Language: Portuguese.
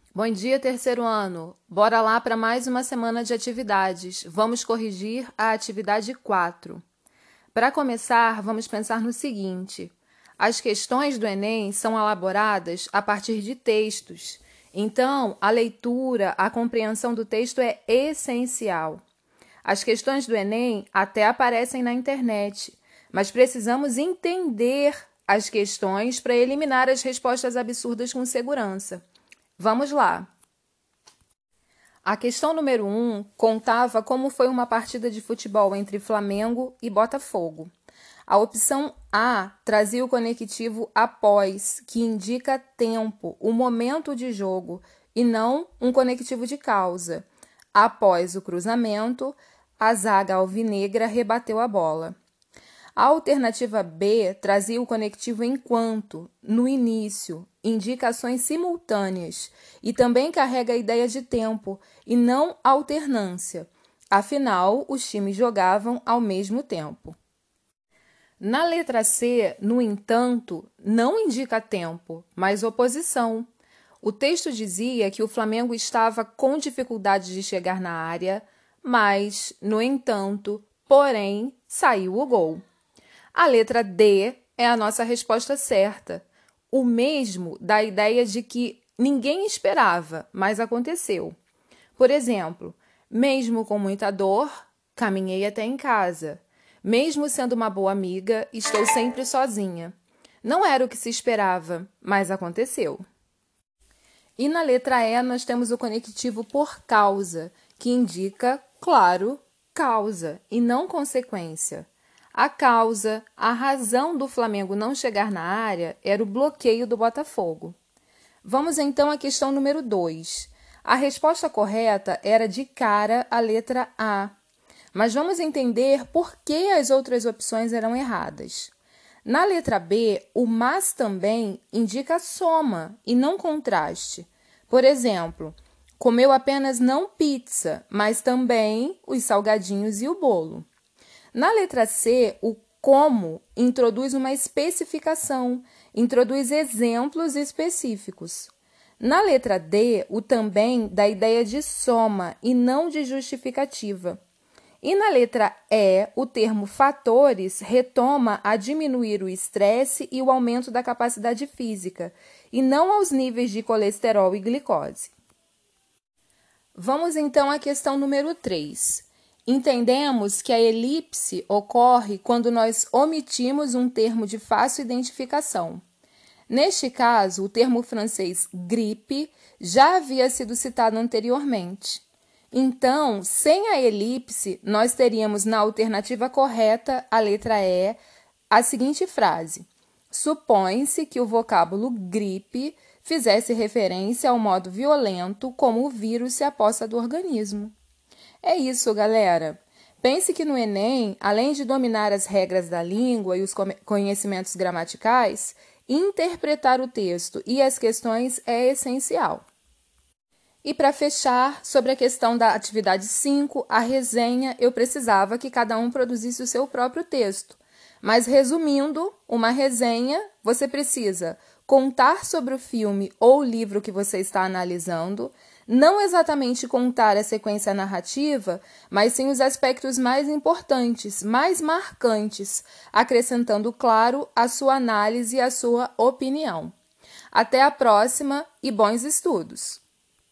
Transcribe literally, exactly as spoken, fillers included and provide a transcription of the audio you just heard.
Bom dia, terceiro ano. Bora lá para mais uma semana de atividades. Vamos corrigir a atividade quatro. Para começar, vamos pensar no seguinte: as questões do Enem são elaboradas a partir de textos. Então, a leitura, a compreensão do texto é essencial. As questões do Enem até aparecem na internet, mas precisamos entender as questões para eliminar as respostas absurdas com segurança. Vamos lá! A questão número um contava como foi uma partida de futebol entre Flamengo e Botafogo. A opção A trazia o conectivo após, que indica tempo, o momento de jogo, e não um conectivo de causa. Após o cruzamento, a zaga alvinegra rebateu a bola. A alternativa B trazia o conectivo enquanto, no início, indicações simultâneas, e também carrega a ideia de tempo e não alternância. Afinal, os times jogavam ao mesmo tempo. Na letra C, no entanto, não indica tempo, mas oposição. O texto dizia que o Flamengo estava com dificuldade de chegar na área, mas, no entanto, porém, saiu o gol. A letra D é a nossa resposta certa. O mesmo dá a ideia de que ninguém esperava, mas aconteceu. Por exemplo, mesmo com muita dor, caminhei até em casa. Mesmo sendo uma boa amiga, estou sempre sozinha. Não era o que se esperava, mas aconteceu. E na letra E nós temos o conectivo por causa, que indica, claro, causa e não consequência. A causa, a razão do Flamengo não chegar na área era o bloqueio do Botafogo. Vamos então à questão número dois. A resposta correta era de cara a letra A, mas vamos entender por que as outras opções eram erradas. Na letra B, o mas também indica soma e não contraste. Por exemplo, comeu apenas não pizza, mas também os salgadinhos e o bolo. Na letra C, o como introduz uma especificação, introduz exemplos específicos. Na letra D, o também dá ideia de soma e não de justificativa. E na letra E, o termo fatores retoma a diminuir o estresse e o aumento da capacidade física, e não aos níveis de colesterol e glicose. Vamos então à questão número três. Entendemos que a elipse ocorre quando nós omitimos um termo de fácil identificação. Neste caso, o termo francês gripe já havia sido citado anteriormente. Então, sem a elipse, nós teríamos na alternativa correta, a letra E, a seguinte frase: supõe-se que o vocábulo gripe fizesse referência ao modo violento como o vírus se aposta do organismo. É isso, galera. Pense que no Enem, além de dominar as regras da língua e os conhecimentos gramaticais, interpretar o texto e as questões é essencial. E para fechar, sobre a questão da atividade cinco, a resenha, eu precisava que cada um produzisse o seu próprio texto. Mas resumindo, uma resenha, você precisa contar sobre o filme ou livro que você está analisando, não exatamente contar a sequência narrativa, mas sim os aspectos mais importantes, mais marcantes, acrescentando, claro, a sua análise e a sua opinião. Até a próxima e bons estudos!